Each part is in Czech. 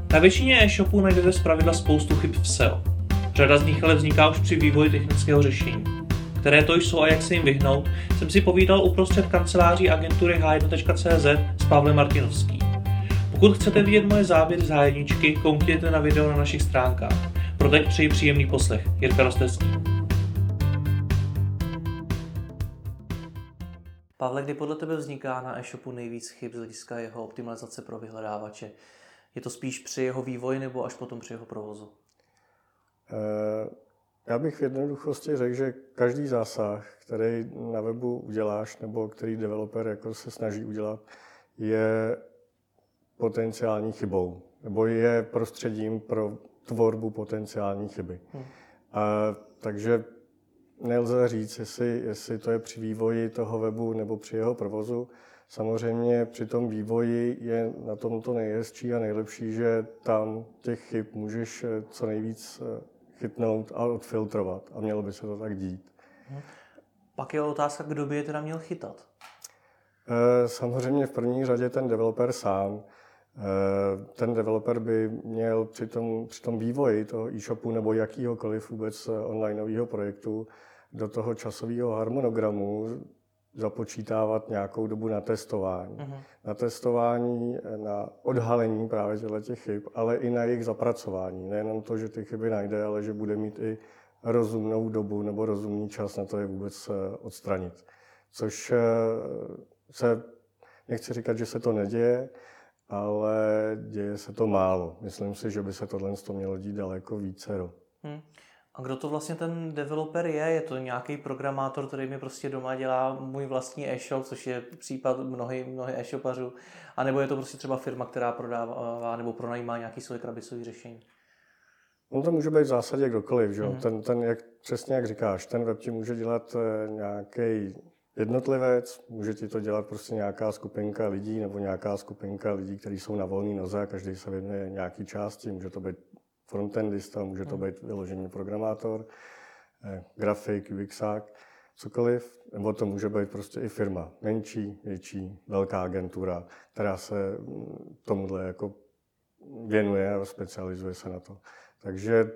Na většině e-shopů najdete zpravidla spoustu chyb v SEO. Řada z nich ale vzniká už při vývoji technického řešení. Které to jsou a jak se jim vyhnout, jsem si povídal uprostřed kanceláří agentury H1.cz s Pavlem Martinovským. Pokud chcete vidět moje záběry z H1, koukněte na video na našich stránkách. Pro teď přeji příjemný poslech. Jirka Rostecký. Pavle, kdy podle tebe vzniká na e-shopu nejvíc chyb z hlediska jeho optimalizace pro vyhledávače? Je to spíš při jeho vývoji nebo až potom při jeho provozu? Já bych v jednoduchosti řekl, že každý zásah, který na webu uděláš nebo který developer jako se snaží udělat, je potenciální chybou nebo je prostředím pro tvorbu potenciální chyby. Takže nelze říct, jestli to je při vývoji toho webu nebo při jeho provozu. Samozřejmě při tom vývoji je na tom to nejhezčí a nejlepší, že tam těch chyb můžeš co nejvíc chytnout a odfiltrovat. A mělo by se to tak dít. Pak je otázka, kdo by je teda měl chytat? Samozřejmě v první řadě ten developer sám. Ten developer by měl při tom vývoji toho e-shopu nebo jakýhokoliv vůbec onlineového projektu do toho časového harmonogramu započítávat nějakou dobu na testování. Na testování, na odhalení právě těch chyb, ale i na jejich zapracování. Nejenom to, že ty chyby najde, ale že bude mít i rozumnou dobu nebo rozumný čas na to je vůbec odstranit. Což se, nechci říkat, že se to neděje, ale děje se to málo. Myslím si, že by se tohle mělo dít daleko vícero. A kdo to vlastně ten developer je? Je to nějaký programátor, který mi prostě doma dělá můj vlastní e-shop, což je případ mnohých e-shopařů, a nebo je to prostě třeba firma, která prodává nebo pronajímá nějaký svoje krabicové řešení? No to může být v zásadě kdokoliv, že? Přesně jak říkáš, ten web ti může dělat nějaký jednotlivec, může ti to dělat prostě nějaká skupinka lidí nebo nějaká skupinka lidí, kteří jsou na volné noze a každý se věnuje nějaký části. Může to být frontendista, může to být vyložený programátor, grafik, UXák, cokoliv. Nebo to může být prostě i firma, menší, větší, velká agentura, která se tomuhle jako věnuje a specializuje se na to. Takže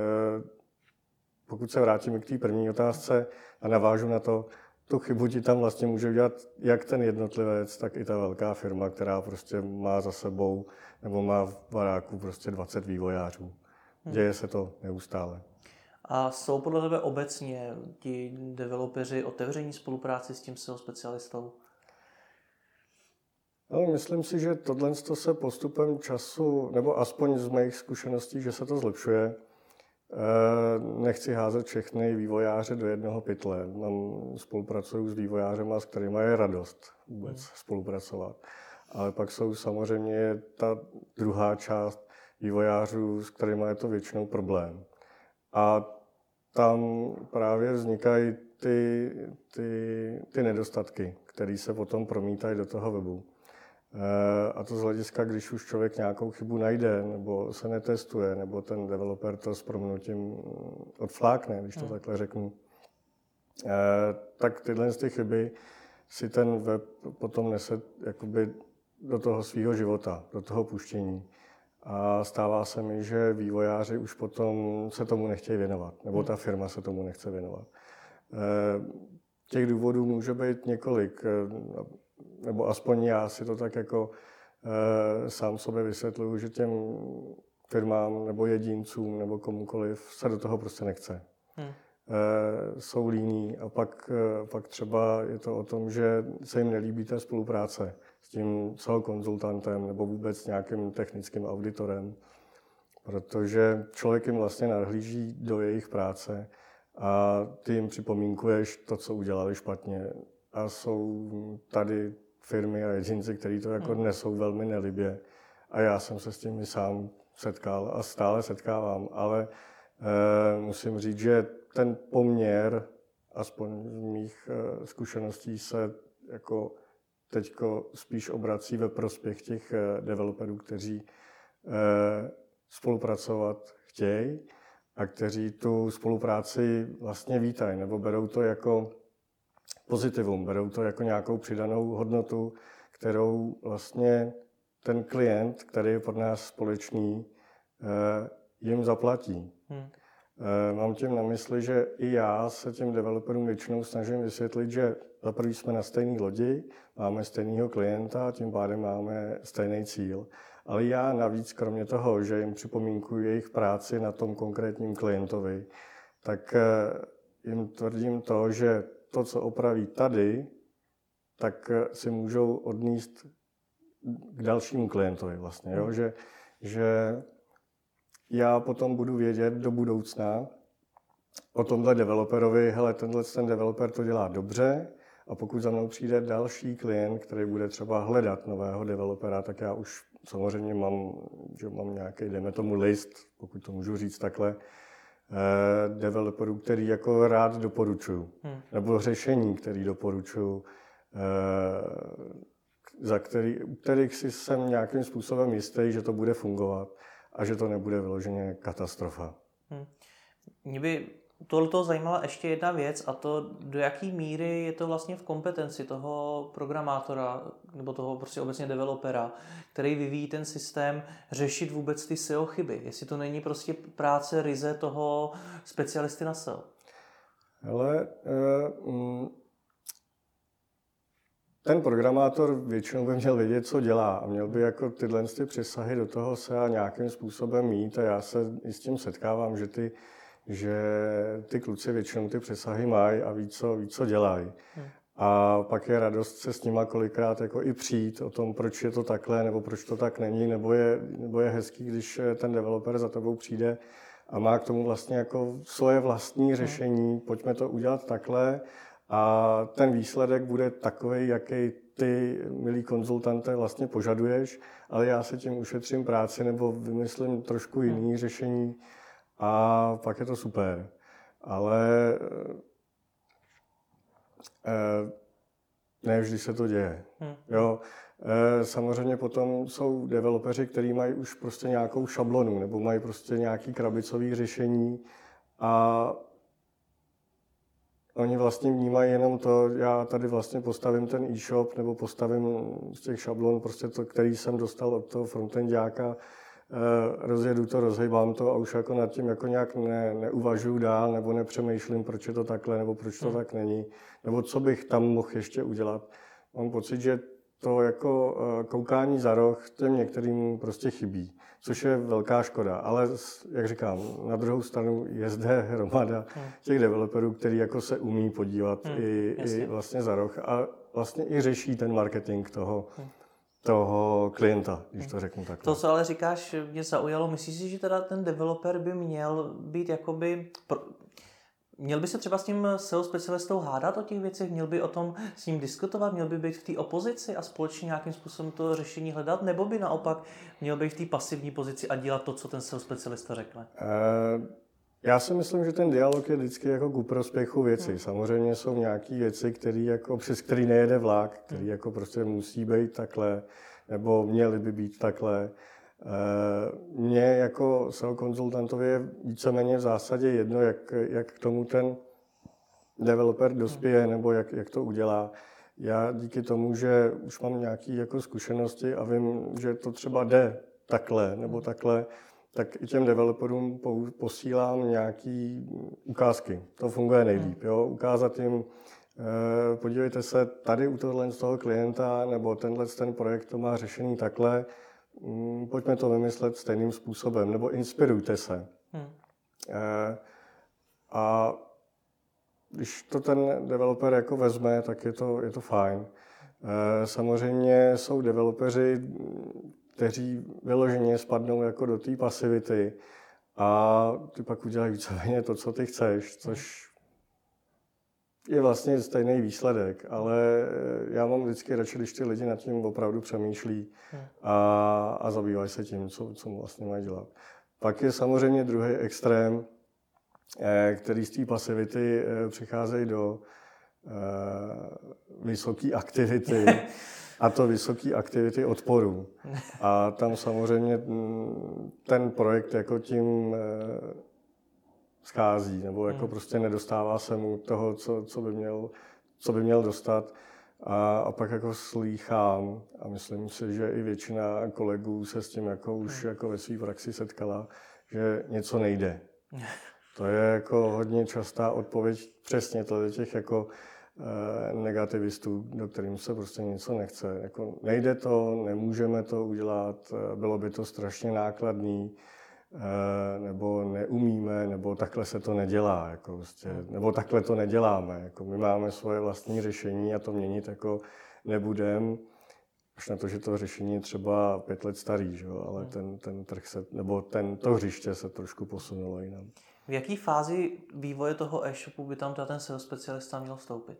pokud se vrátím k té první otázce a navážu na to, tu chybu ti tam vlastně může udělat jak ten jednotlivec, tak i ta velká firma, která prostě má za sebou nebo má v baráku prostě 20 vývojářů. Děje se to neustále. A jsou podle tebe obecně ti developeři otevření spolupráci s tím SEO specialistou? Ale myslím si, že tohle se postupem času, nebo aspoň z mých zkušeností, že se to zlepšuje. Nechci házet všechny vývojáře do jednoho pytle. Spolupracuju s vývojářema, s kterými je radost vůbec spolupracovat. Ale pak jsou samozřejmě ta druhá část vývojářů, s kterými je to většinou problém. A tam právě vznikají ty nedostatky, které se potom promítají do toho webu. A to z hlediska, když už člověk nějakou chybu najde, nebo se netestuje, nebo ten developer to s prominutím odflákne, když to takhle řeknu, tak tyhle chyby si ten web potom nese jakoby do toho svého života, do toho puštění. A stává se mi, že vývojáři už potom se tomu nechtějí věnovat, nebo ta firma se tomu nechce věnovat. Těch důvodů může být několik, nebo aspoň já si to tak jako sám sobě vysvětluju, že těm firmám nebo jedincům nebo komukoliv se do toho prostě nechce. Jsou líní a pak třeba je to o tom, že se jim nelíbí ta spolupráce s tím konzultantem nebo vůbec nějakým technickým auditorem, protože člověk jim vlastně nahlíží do jejich práce a ty jim připomínkuješ to, co udělali špatně. A jsou tady firmy a jedinci, kteří to jako nesou velmi nelibě. A já jsem se s tím i sám setkal a stále setkávám, ale musím říct, že ten poměr, aspoň z mých zkušeností, se jako teďko spíš obrací ve prospěch těch developerů, kteří spolupracovat chtějí a kteří tu spolupráci vlastně vítají nebo berou to jako pozitivum, berou to jako nějakou přidanou hodnotu, kterou vlastně ten klient, který je pro nás společný, jim zaplatí. Mám tím na mysli, že i já se těm developerům většinou snažím vysvětlit, že za první jsme na stejné lodi, máme stejného klienta, tím pádem máme stejný cíl. Ale já navíc, kromě toho, že jim připomínkuji jejich práci na tom konkrétním klientovi, tak jim tvrdím to, že to, co opraví tady, tak si můžou odníst k dalšímu klientovi vlastně. Jo? Že já potom budu vědět do budoucna o tomhle developerovi, hele, ten developer to dělá dobře a pokud za mnou přijde další klient, který bude třeba hledat nového developera, tak já už samozřejmě mám nějaký, dejme tomu list, pokud to můžu říct takhle, developerů, který jako rád doporučuju. Nebo řešení, který doporučuju, u kterých si jsem nějakým způsobem jistý, že to bude fungovat a že to nebude vyloženě katastrofa. Mě by tohleto zajímala ještě jedna věc, a to, do jaký míry je to vlastně v kompetenci toho programátora nebo toho prostě obecně developera, který vyvíjí ten systém, řešit vůbec ty SEO chyby. Jestli to není prostě práce ryze toho specialisty na SEO. Ale ten programátor většinou by měl vědět, co dělá a měl by jako tyhle přesahy do toho SEA nějakým způsobem mít a já se i s tím setkávám, že ty kluci většinou ty přesahy mají a ví, co dělají. A pak je radost se s nima kolikrát jako i přijít o tom, proč je to takhle, nebo proč to tak není, nebo je hezký, když ten developer za tebou přijde a má k tomu vlastně jako svoje vlastní řešení, pojďme to udělat takhle a ten výsledek bude takovej, jaký ty, milý konzultante, vlastně požaduješ, ale já se tím ušetřím práci nebo vymyslím trošku jiný řešení a pak je to super. Ale ne vždy se to děje. Jo. Samozřejmě potom jsou developeři, kteří mají už prostě nějakou šablonu nebo mají prostě nějaký krabicový řešení a oni vlastně vnímají jenom to, já tady vlastně postavím ten e-shop nebo postavím z těch šablon prostě to, který jsem dostal od toho frontendáka, rozjedu to, rozhejbám to a už jako nad tím jako nějak neuvažuju dál nebo nepřemýšlím, proč je to takhle nebo proč to tak není, nebo co bych tam mohl ještě udělat. Mám pocit, že to jako koukání za roh těm některým prostě chybí, což je velká škoda. Ale jak říkám, na druhou stranu je zde hromada těch developerů, který jako se umí podívat i vlastně za roh a vlastně i řeší ten marketing toho klienta, když to řeknu takhle. To, co ale říkáš, mě zaujalo. Myslíš si, že teda ten developer by měl být jakoby... Měl by se třeba s tím SEO specialistou hádat o těch věcech? Měl by o tom s ním diskutovat? Měl by být v té opozici a společně nějakým způsobem to řešení hledat? Nebo by naopak měl být v té pasivní pozici a dělat to, co ten SEO specialista řekne? Já si myslím, že ten dialog je vždycky jako ku prospěchu věci. Samozřejmě jsou nějaké věci, přes který nejede vlak, který jako prostě musí být takhle, nebo měly by být takhle. Mně jako SEO konzultantovi je víceméně v zásadě jedno, jak k tomu ten developer dospěje, nebo jak to udělá. Já díky tomu, že už mám nějaké jako zkušenosti a vím, že to třeba jde takhle nebo takhle, tak i těm developerům posílám nějaké ukázky. To funguje nejlíp. Jo? Ukázat jim, podívejte se, tady u tohle z toho klienta nebo ten projekt to má řešený takhle, pojďme to vymyslet stejným způsobem, nebo inspirujte se. A když to ten developer jako vezme, tak je to fajn. Samozřejmě jsou developeři, kteří vyloženě spadnou jako do té pasivity a ty pak udělají víceméně to, co ty chceš, což je vlastně stejný výsledek, ale já mám vždycky radši, když ty lidi nad tím opravdu přemýšlí a zabývají se tím, co vlastně mají dělat. Pak je samozřejmě druhý extrém, který z té pasivity přicházejí do vysoké aktivity, a to vysoké aktivity odporu. A tam samozřejmě ten projekt jako tím schází, nebo jako prostě nedostává se mu toho, co by měl dostat. A pak jako slýchám, a myslím si, že i většina kolegů se s tím jako už jako ve své praxi setkala, že něco nejde. To je jako hodně častá odpověď přesně těch jako negativistů, do kterým se prostě něco nechce. Jako nejde to, nemůžeme to udělat, bylo by to strašně nákladný, nebo neumíme, nebo takhle se to nedělá, jako prostě, nebo takhle to neděláme. Jako my máme svoje vlastní řešení a to měnit jako nebudem, až na to, že to řešení je třeba 5 let starý, že? Ale ten trh se, nebo to hřiště se trošku posunulo jinam. V jaké fázi vývoje toho e-shopu by tam ten SEO specialista měl vstoupit?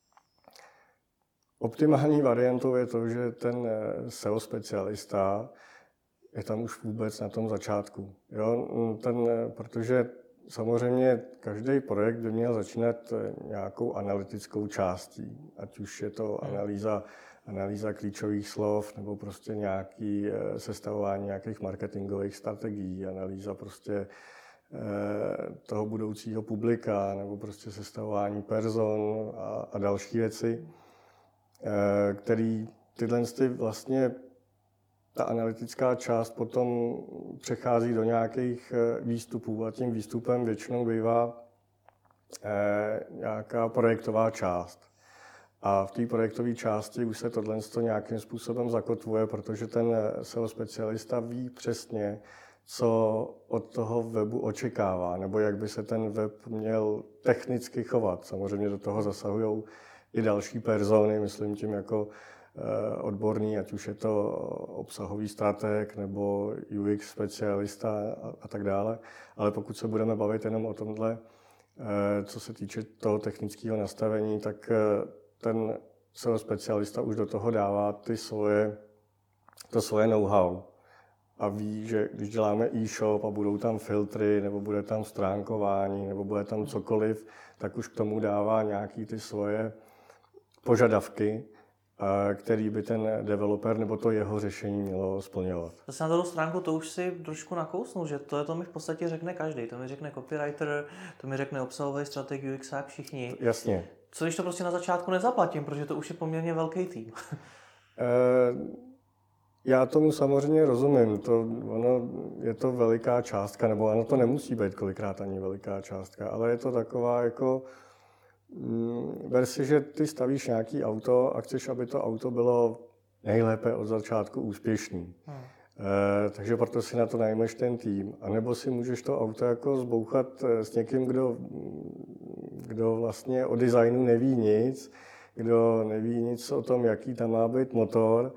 Optimální variantou je to, že ten SEO specialista je tam už vůbec na tom začátku. Jo? Protože samozřejmě každý projekt by měl začínat nějakou analytickou částí, ať už je to analýza klíčových slov, nebo prostě nějaký sestavování nějakých marketingových strategií, analýza prostě toho budoucího publika, nebo prostě sestavování person a další věci, který tyhle vlastně ta analytická část potom přechází do nějakých výstupů a tím výstupem většinou bývá nějaká projektová část. A v té projektové části už se tohle nějakým způsobem zakotvuje, protože ten SEO specialista ví přesně, co od toho webu očekává, nebo jak by se ten web měl technicky chovat. Samozřejmě do toho zasahují i další persony, myslím tím jako odborný, ať už je to obsahový strateg nebo UX specialista a tak dále. Ale pokud se budeme bavit jenom o tomhle, co se týče toho technického nastavení, tak ten SEO specialista už do toho dává to svoje know-how. A ví, že když děláme e-shop a budou tam filtry, nebo bude tam stránkování, nebo bude tam cokoliv, tak už k tomu dává nějaký ty svoje požadavky, který by ten developer nebo to jeho řešení mělo splňovat. Zase na druhou stránku to už si trošku nakousnul, že to mi v podstatě řekne každý. To mi řekne copywriter, to mi řekne obsahový strateg UX, všichni. Jasně. Co když to prostě na začátku nezaplatím, protože to už je poměrně velký tým? Já tomu samozřejmě rozumím. Je to veliká částka, nebo ono to nemusí být kolikrát ani veliká částka, ale je to taková jako ber si, že ty stavíš nějaký auto a chceš, aby to auto bylo nejlépe od začátku úspěšný. Takže proto si na to najmeš ten tým. A nebo si můžeš to auto jako zbouchat s někým, kdo vlastně o designu neví nic, kdo neví nic o tom, jaký tam má být motor.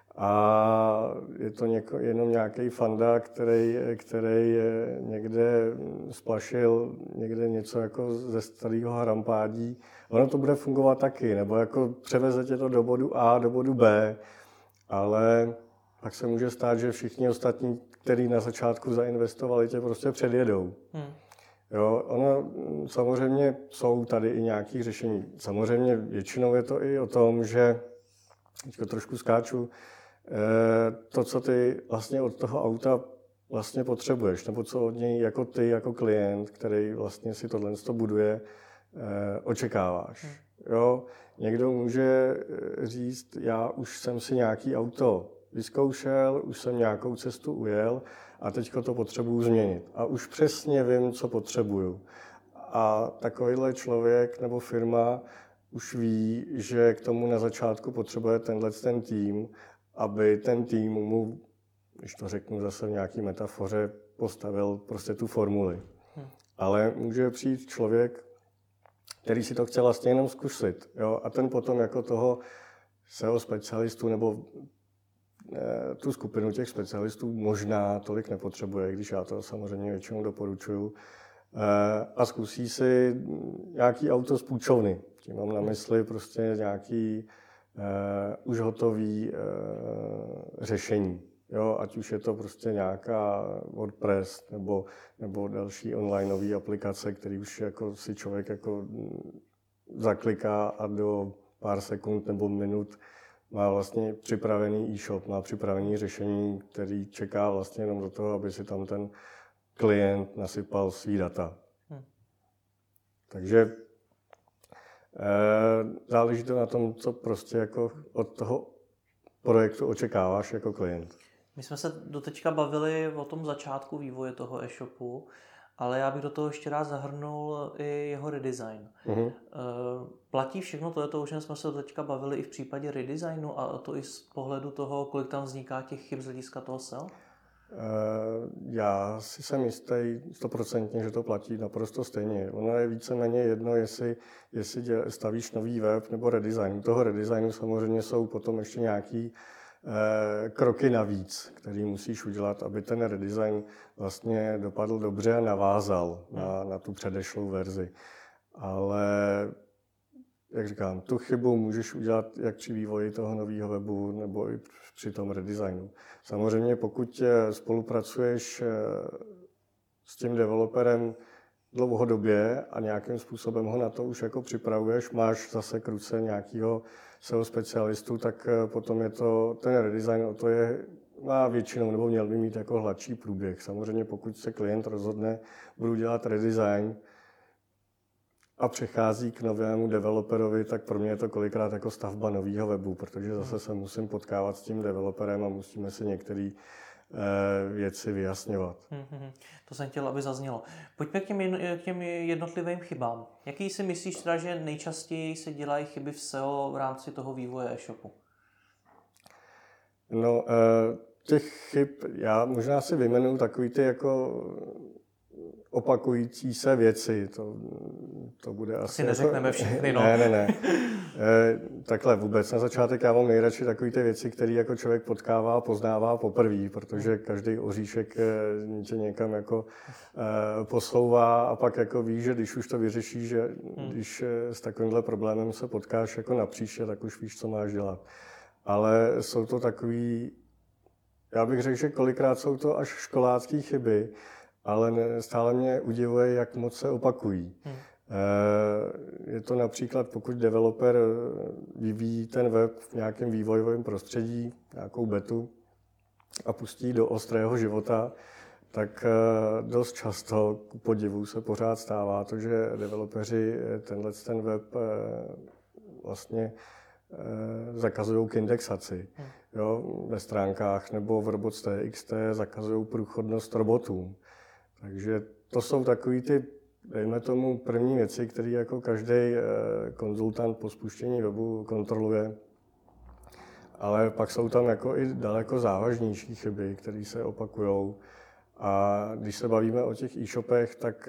A je to jenom nějaký fanda, který někde splašil někde něco jako ze starého harampádí. Ono to bude fungovat taky, nebo jako převeze tě to do bodu A, do bodu B, ale pak se může stát, že všichni ostatní, kteří na začátku zainvestovali, tě prostě předjedou. Jo, ono samozřejmě jsou tady i nějaké řešení. Samozřejmě většinou je to i o tom, že teďko trošku skáču, to, co ty vlastně od toho auta vlastně potřebuješ, nebo co od něj jako ty, jako klient, který vlastně si tohle buduje, očekáváš. Jo? Někdo může říct, já už jsem si nějaký auto vyzkoušel, už jsem nějakou cestu ujel a teďko to potřebuju změnit. A už přesně vím, co potřebuju. A takovýhle člověk nebo firma už ví, že k tomu na začátku potřebuje ten tým, aby ten tým mu, když to řeknu zase v nějaký metafoře, postavil prostě tu formuli. Ale může přijít člověk, který si to chce vlastně jenom zkusit. Jo? A ten potom jako toho SEO specialistů nebo tu skupinu těch specialistů možná tolik nepotřebuje, když já to samozřejmě většinou doporučuju. A zkusí si nějaký auto z půjčovny. Tím mám na mysli prostě nějaký už hotový řešení. Jo, ať už je to prostě nějaká WordPress nebo další onlineové aplikace, který už jako si člověk jako zakliká a do pár sekund nebo minut má vlastně připravený e-shop, má připravený řešení, který čeká vlastně jenom do toho, aby si tam ten klient nasypal svý data. Takže Záleží to na tom, co prostě jako od toho projektu očekáváš jako klient. My jsme se doteďka bavili o tom začátku vývoje toho e-shopu, ale já bych do toho ještě rád zahrnul i jeho redesign. Uh-huh. Platí všechno to, o čem jsme se doteďka bavili i v případě redesignu a to i z pohledu toho, kolik tam vzniká těch chyb z hlediska toho SEO? Já si jsem jistý 100%, že to platí naprosto stejně. Ono je víceméně jedno, jestli stavíš nový web nebo redesign. U toho redesignu samozřejmě jsou potom ještě nějaký kroky navíc, který musíš udělat, aby ten redesign vlastně dopadl dobře a navázal na tu předešlou verzi. Ale jak říkám, tu chybu můžeš udělat jak při vývoji toho nového webu nebo i při tom redesignu. Samozřejmě pokud spolupracuješ s tím developerem dlouhodobě a nějakým způsobem ho na to už jako připravuješ, máš zase k ruce nějakého SEO specialistu, tak potom je to, ten redesign má většinou, nebo měl by mít jako hladší průběh. Samozřejmě pokud se klient rozhodne, budu dělat redesign a přechází k novému developerovi, tak pro mě je to kolikrát jako stavba nového webu, protože zase se musím potkávat s tím developerem a musíme si některé věci vyjasňovat. To jsem chtěl, aby zaznělo. Pojďme k těm jednotlivým chybám. Jaký si myslíš teda, že nejčastěji se dělají chyby v SEO v rámci toho vývoje e-shopu? No, těch chyb, já možná si vyjmenuju takový ty jako opakující se věci. To bude asi... Neřekneme všechny, no. Ne. Takhle vůbec. Na začátek já mám nejradši takové ty věci, které jako člověk potkává a poznává poprvé, protože každý oříšek tě někam jako posouvá a pak jako víš, že když už to vyřešíš, že když s takovýmhle problémem se potkáš jako napříště, tak už víš, co máš dělat. Ale jsou to takový, já bych řekl, že kolikrát jsou to až školácké chyby, ale stále mě udivuje, jak moc se opakují. Je to například, pokud developer vyvíjí ten web v nějakém vývojovém prostředí, nějakou betu a pustí do ostrého života, tak dost často ku podivu se pořád stává to, že developeři ten web vlastně zakazují k indexaci. Jo, ve stránkách nebo v Robots.txt zakazují průchodnost robotům. Takže to jsou takový ty, dejme tomu, první věci, které jako každý konzultant po spuštění webu kontroluje. Ale pak jsou tam jako i daleko závažnější chyby, které se opakujou. A když se bavíme o těch e-shopech, tak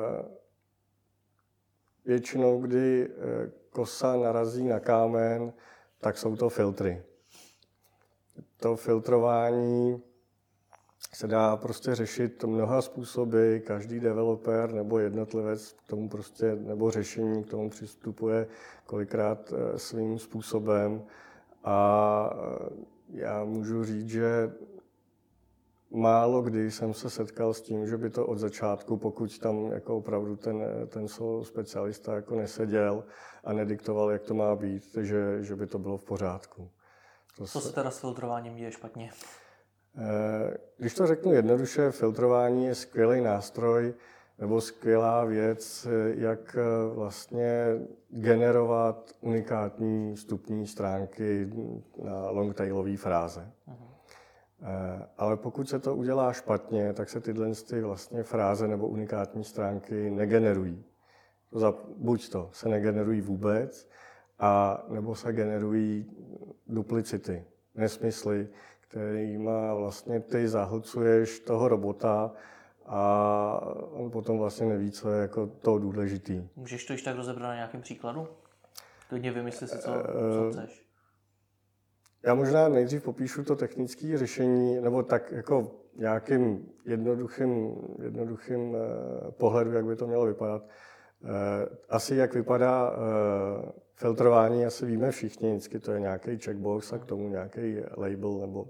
většinou, kdy kosa narazí na kámen, tak jsou to filtry. To filtrování se dá prostě řešit mnoha způsoby, každý developer nebo jednotlivec k tomu prostě, nebo řešení k tomu přistupuje kolikrát svým způsobem. A já můžu říct, že málo kdy jsem se setkal s tím, že by to od začátku, pokud tam jako opravdu ten specialista jako neseděl a nediktoval, jak to má být, že by to bylo v pořádku. Co se teda s filtrováním děje špatně? Když to řeknu jednoduše, filtrování je skvělý nástroj nebo skvělá věc, jak vlastně generovat unikátní vstupní stránky na longtailové fráze. Ale pokud se to udělá špatně, tak se tyhle vlastně fráze nebo unikátní stránky negenerují. Buď to se negenerují vůbec, a nebo se generují duplicity, nesmysly, kterýma vlastně ty zahlcuješ toho robota a on potom vlastně neví, co je jako to důležitý. Můžeš to již tak rozebrat na nějakém příkladu? Klidně vymysli si, co chceš. Já možná nejdřív popíšu to technické řešení, nebo tak jako nějakým jednoduchým pohledu, jak by to mělo vypadat. Asi jak vypadá filtrování, asi víme všichni, vždycky to je nějaký checkbox a k tomu nějaký label nebo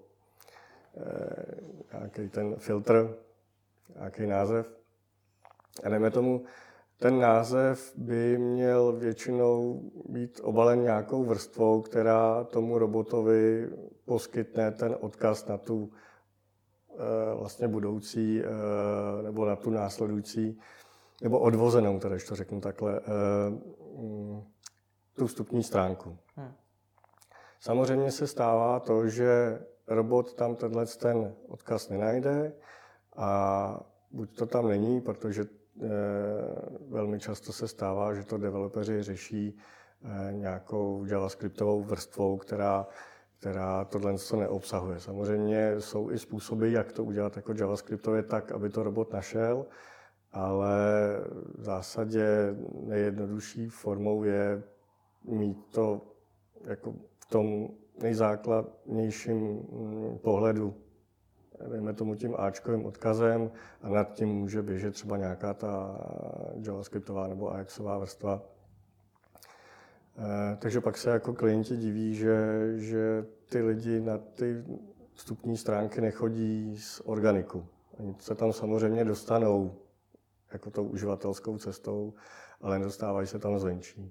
nějaký ten filtr, nějaký název. A dejme tomu, ten název by měl většinou být obalen nějakou vrstvou, která tomu robotovi poskytne ten odkaz na tu vlastně budoucí nebo na tu následující nebo odvozenou, teda, když to řeknu takhle, tu vstupní stránku. Samozřejmě se stává to, že robot tam ten odkaz nenajde a buď to tam není, protože velmi často se stává, že to developeři řeší nějakou javascriptovou vrstvou, která tohle neobsahuje. Samozřejmě jsou i způsoby, jak to udělat jako javascriptově tak, aby to robot našel, ale v zásadě nejjednodušší formou je mít to jako v tom nejzákladnějším pohledu, dejme tomu tím áčkovým odkazem a nad tím může běžet třeba nějaká ta javascriptová nebo AJAXová vrstva. Takže pak se jako klienti diví, že ty lidi na ty vstupní stránky nechodí z organiku. Oni se tam samozřejmě dostanou jako tou uživatelskou cestou, ale nedostávají se tam zvenčí.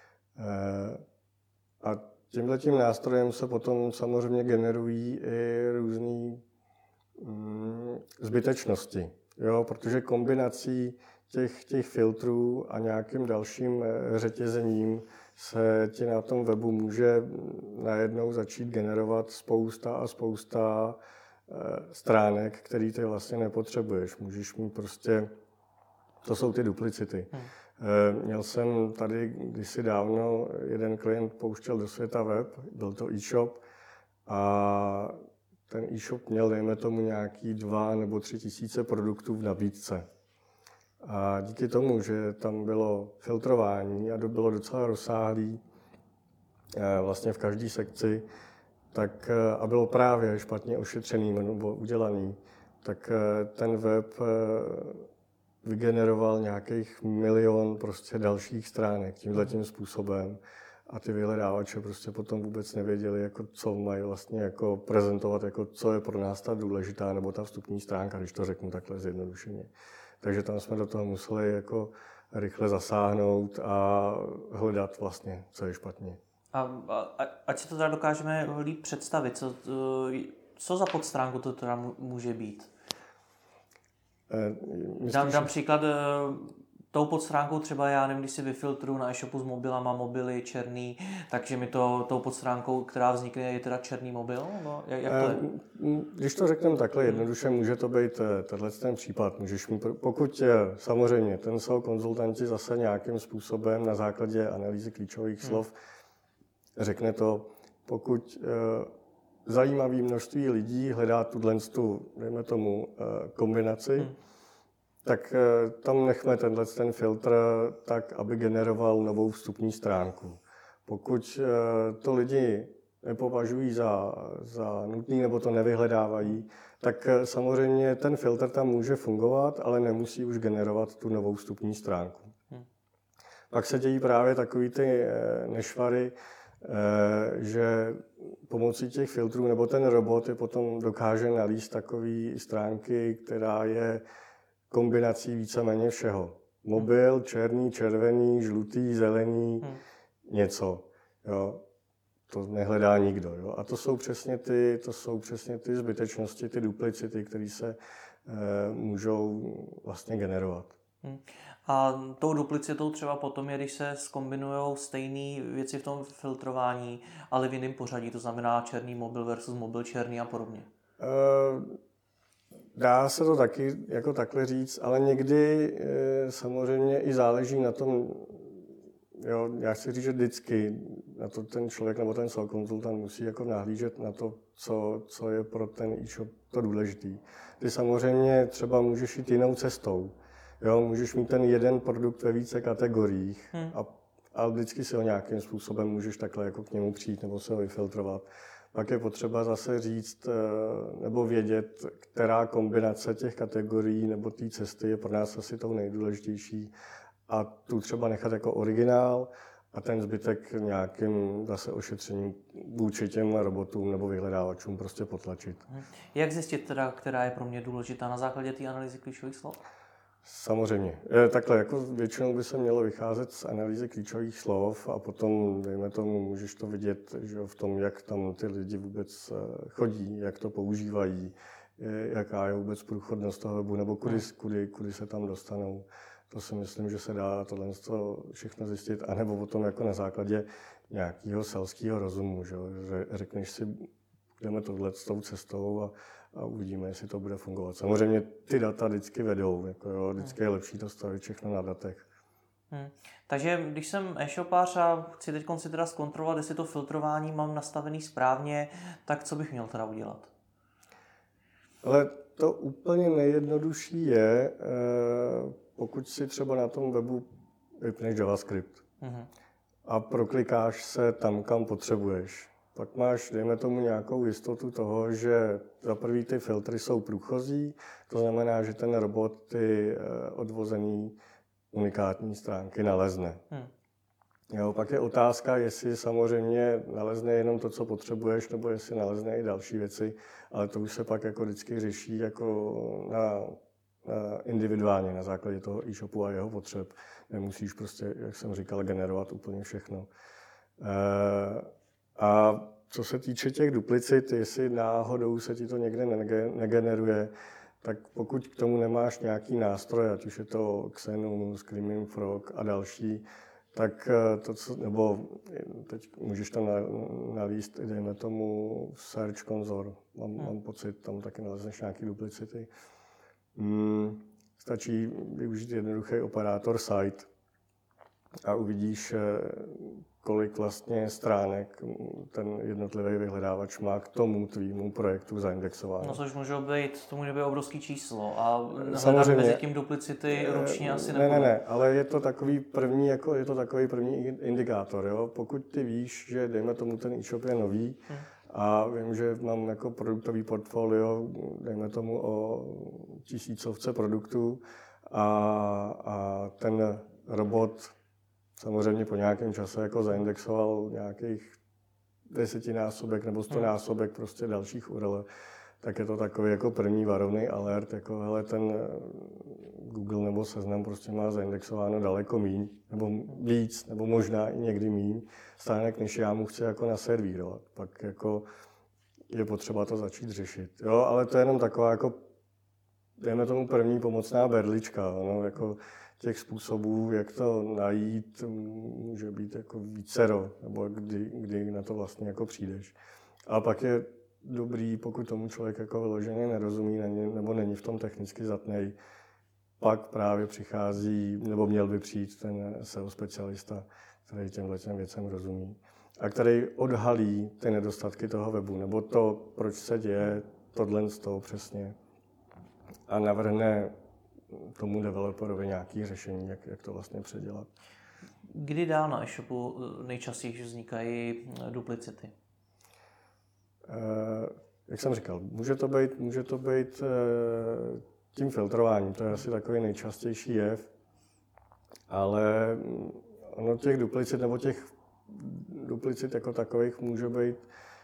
A tímhletím nástrojem se potom samozřejmě generují i různé zbytečnosti, jo? Protože kombinací těch filtrů a nějakým dalším řetězením se ti na tom webu může najednou začít generovat spousta stránek, které ty vlastně nepotřebuješ. Můžeš mít prostě, to jsou ty duplicity. Měl jsem tady kdysi dávno, jeden klient pouštěl do světa web, byl to e-shop a ten e-shop měl, dejme tomu, nějaký 2 nebo 3 tisíce produktů v nabídce. A díky tomu, že tam bylo filtrování a bylo docela rozsáhlý vlastně v každé sekci, tak, a bylo právě špatně ošetřený nebo udělaný, tak ten web vygeneroval nějakých 1 milion prostě dalších stránek tímhletím způsobem. A ty vyhledávače prostě potom vůbec nevěděli, jako co mají vlastně jako prezentovat, jako co je pro nás ta důležitá nebo ta vstupní stránka, když to řeknu takhle zjednodušeně. Takže tam jsme do toho museli jako rychle zasáhnout a hledat vlastně, co je špatně. Ať si to teda dokážeme líp představit, co za podstránku to teda může být? Dám příklad, tou podstránkou třeba já nevím, když si vyfiltruju na e-shopu s mobilama, mobily černý, takže mi tou podstránkou, která vznikne, je teda černý mobil? No, jak to je? Když to řekneme takhle jednoduše, může to být ten případ. Můžeš mít, pokud samozřejmě ten SEO konzultanti zase nějakým způsobem na základě analýzy klíčových slov řekne to, pokud zajímavé množství lidí hledá tu, dejme tomu, kombinaci, tak tam nechme ten filtr tak, aby generoval novou vstupní stránku. Pokud to lidi nepovažují za nutný nebo to nevyhledávají, tak samozřejmě ten filtr tam může fungovat, ale nemusí už generovat tu novou vstupní stránku. Pak se dějí právě takový ty nešvary, že pomocí těch filtrů nebo ten robot je potom dokáže nalíst takové stránky, která je kombinací víceméně všeho. Mobil, černý, červený, žlutý, zelený, něco. Jo. To nehledá nikdo. Jo. A to jsou přesně ty zbytečnosti, ty duplicity, které se můžou vlastně generovat. A tou duplicitou třeba potom je, když se zkombinují stejné věci v tom filtrování, ale v jiném pořadí, to znamená černý mobil versus mobil černý a podobně. Dá se to taky jako takhle říct, ale někdy samozřejmě i záleží na tom, jo, já chci říct, že vždycky na to ten člověk nebo ten SEO konzultant musí jako nahlížet na to, co je pro ten e-shop to důležitý. Ty samozřejmě třeba můžeš jít jinou cestou. Jo, můžeš mít ten jeden produkt ve více kategoriích a vždycky si ho nějakým způsobem můžeš takhle jako k němu přijít nebo se ho vyfiltrovat. Pak je potřeba zase říct nebo vědět, která kombinace těch kategorií nebo té cesty je pro nás asi tou nejdůležitější a tu třeba nechat jako originál a ten zbytek nějakým zase ošetřením vůči těm robotům nebo vyhledávačům prostě potlačit. Jak zjistit teda, která je pro mě důležitá na základě té analýzy klíčových slov? Samozřejmě. Takhle, jako většinou by se mělo vycházet z analýzy klíčových slov a potom, dejme tomu, můžeš to vidět, že v tom, jak tam ty lidi vůbec chodí, jak to používají, jaká je vůbec průchodnost toho webu, nebo kudy se tam dostanou. To si myslím, že se dá tohle všechno zjistit, anebo potom jako na základě nějakého selského rozumu, že řekneš si, jdeme s tou cestou a uvidíme, jestli to bude fungovat. Samozřejmě ty data vždycky vedou, jako jo, vždycky je lepší to stavit všechno na datech. Takže když jsem e-shopář a chci teď si teda zkontrolovat, jestli to filtrování mám nastavený správně, tak co bych měl teda udělat? Ale to úplně nejjednodušší je, pokud si třeba na tom webu vypneš JavaScript a proklikáš se tam, kam potřebuješ. Pak máš, dejme tomu, nějakou jistotu toho, že za prvý ty filtry jsou průchozí, to znamená, že ten robot ty odvozený unikátní stránky nalezne. Jo, pak je otázka, jestli samozřejmě nalezne jenom to, co potřebuješ, nebo jestli nalezne i další věci, ale to už se pak jako vždycky řeší jako individuálně na základě toho e-shopu a jeho potřeb. Nemusíš prostě, jak jsem říkal, generovat úplně všechno. A co se týče těch duplicit, jestli náhodou se ti to někde negeneruje, tak pokud k tomu nemáš nějaký nástroj, ať už je to Xenu, Screaming Frog a další, tak nebo teď můžeš tam nalíst, dejme tomu Search Console, mám pocit, tam taky nalezneš nějaké duplicity. Stačí využít jednoduchý operátor site a uvidíš, kolik vlastně stránek ten jednotlivý vyhledávač má k tomu tvýmu projektu zaindexováno. No což může být obrovský číslo a hledat mezi tím duplicity ručně asi nebude. Ne, ale je to takový první indikátor. Jo? Pokud ty víš, že dejme tomu ten e-shop je nový a vím, že mám jako produktový portfolio, dejme tomu o 1000 produktů a ten robot samozřejmě po nějakém čase jako zaindexoval nějakých 10násobek nebo 100násobek prostě dalších URL, tak je to takový jako první varovný alert, jako hele, ten Google nebo Seznam prostě má zaindexováno daleko míň, nebo víc, nebo možná i někdy míň stránek, než já mu chci jako naservírovat. Pak jako je potřeba to začít řešit. Jo, ale to je jenom taková jako, dejme tomu první pomocná berlička, no, jako těch způsobů, jak to najít, může být jako vícero, nebo kdy na to vlastně jako přijdeš. A pak je dobrý, pokud tomu člověk jako vyloženě nerozumí nebo není v tom technicky zdatnej, pak právě přichází, nebo měl by přijít ten SEO specialista, který těmhle věcem rozumí a který odhalí ty nedostatky toho webu, nebo to, proč se děje tohle z toho přesně a navrhne tomu developerovi nějaké řešení, jak to vlastně předělat. Kdy dál na e-shopu nejčastěji vznikají duplicity? Jak jsem říkal, může to být tím filtrováním, to je asi takový nejčastější jev, ale ono těch duplicit nebo těch duplicit jako takových může být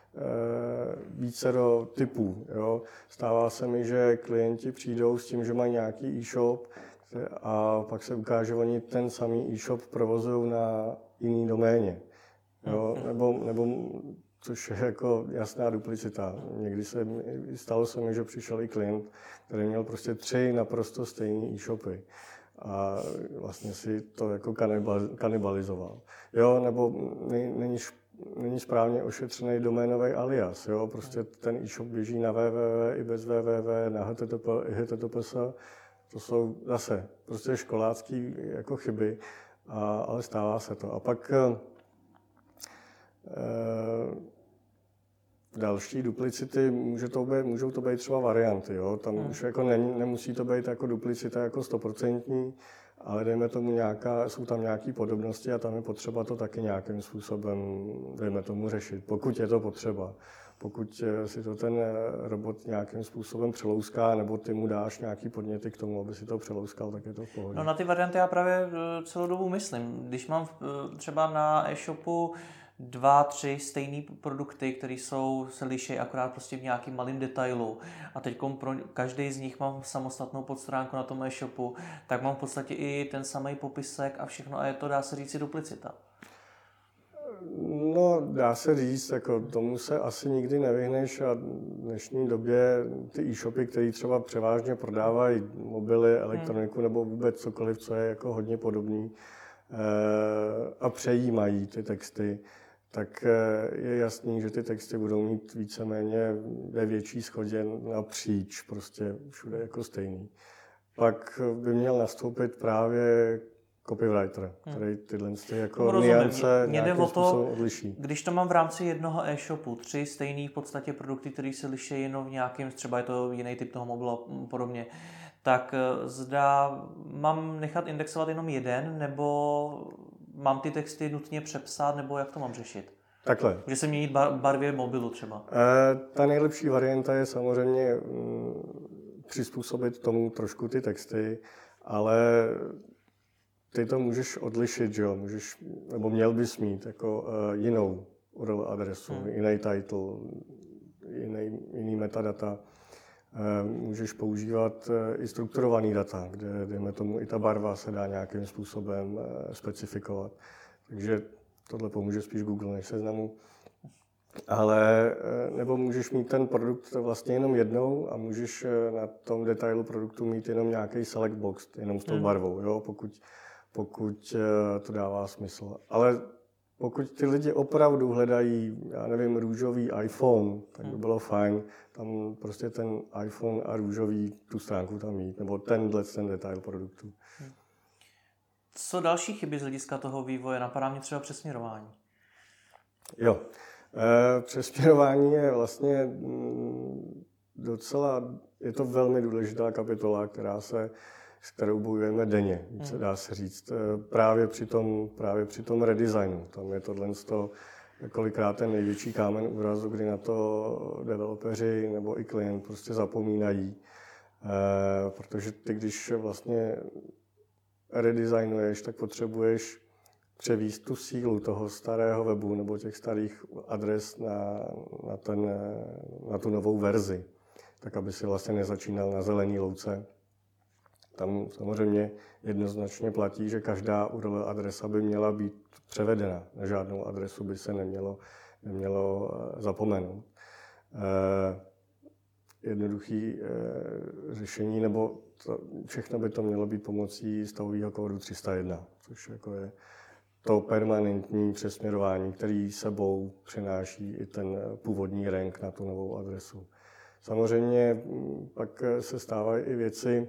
vícero typů. Jo. Stává se mi, že klienti přijdou s tím, že mají nějaký e-shop a pak se ukáže, že oni ten samý e-shop provozují na jiný doméně. Jo. Nebo což je jako jasná duplicita. Někdy stalo se mi, že přišel i klient, který měl prostě 3 naprosto stejné e-shopy a vlastně si to jako kanibalizoval. Jo, nebo není správně ošetřený doménový alias. Jo? Prostě ten e-shop běží na www i bez www, na http i https. To jsou zase prostě školácký jako chyby, ale stává se to. A pak další duplicity, můžou to být třeba varianty. Jo? Tam už jako nemusí to být jako duplicita jako 100%, ale dejme tomu jsou tam nějaké podobnosti a tam je potřeba to taky nějakým způsobem, dejme tomu, řešit, pokud je to potřeba. Pokud si to ten robot nějakým způsobem přelouská, nebo ty mu dáš nějaký podněty k tomu, aby si to přelouskal, tak je to v pohodě. No na ty varianty já právě celou dobu myslím. Když mám třeba na e-shopu 2, 3 stejné produkty, které se liší akorát prostě v nějakým malým detailu a teď pro každý z nich mám samostatnou podstránku na tom e-shopu, tak mám v podstatě i ten samý popisek a všechno a je to, dá se říct, duplicita. No, dá se říct, jako tomu se asi nikdy nevyhneš a v dnešní době ty e-shopy, které třeba převážně prodávají mobily, elektroniku nebo vůbec cokoliv, co je jako hodně podobný a přejímají ty texty, tak je jasný, že ty texty budou mít víceméně ve větší shodě napříč, prostě všude jako stejný. Pak by měl nastoupit právě copywriter, který tyhle jako niance nějakým způsobem odliší. Když to mám v rámci jednoho e-shopu, 3 stejný v podstatě produkty, které se liší jenom v nějakém, třeba je to jiný typ toho mobilu a podobně, tak zda mám nechat indexovat jenom jeden, nebo mám ty texty nutně přepsat, nebo jak to mám řešit? Takhle. Může se měnit barvě mobilu třeba? Ta nejlepší varianta je samozřejmě přizpůsobit tomu trošku ty texty, ale ty to můžeš odlišit, že jo? Nebo měl bys mít jako jinou URL adresu, jiný title, jiný metadata. Můžeš používat i strukturovaný data, kde, dejme tomu, i ta barva se dá nějakým způsobem specifikovat. Takže tohle pomůže spíš Google než Seznamu. Ale nebo můžeš mít ten produkt vlastně jenom jednou a můžeš na tom detailu produktu mít jenom nějaký select box, jenom s tou barvou, jo? Pokud to dává smysl. Ale pokud ty lidi opravdu hledají, já nevím, růžový iPhone, tak by bylo fajn tam prostě ten iPhone a růžový tu stránku tam mít, nebo ten detail produktu. Co další chyby z hlediska toho vývoje? Napadá mě třeba přesměrování. Jo. Přesměrování je vlastně je to velmi důležitá kapitola, s kterou bojujeme denně, se dá se říct. Právě při tom redesignu. Tam je tohle kolikrát ten největší kámen úrazu, kdy na to developeři nebo i klient prostě zapomínají. Protože ty, když vlastně redesignuješ, tak potřebuješ převést tu sílu toho starého webu nebo těch starých adres na tu novou verzi, tak aby si vlastně nezačínal na zelený louce. Tam samozřejmě jednoznačně platí, že každá URL adresa by měla být převedena. Na žádnou adresu by se nemělo zapomenout. Jednoduché řešení, nebo všechno by to mělo být pomocí stavového kódu 301, což jako je to permanentní přesměrování, který sebou přináší i ten původní rank na tu novou adresu. Samozřejmě pak se stávají i věci,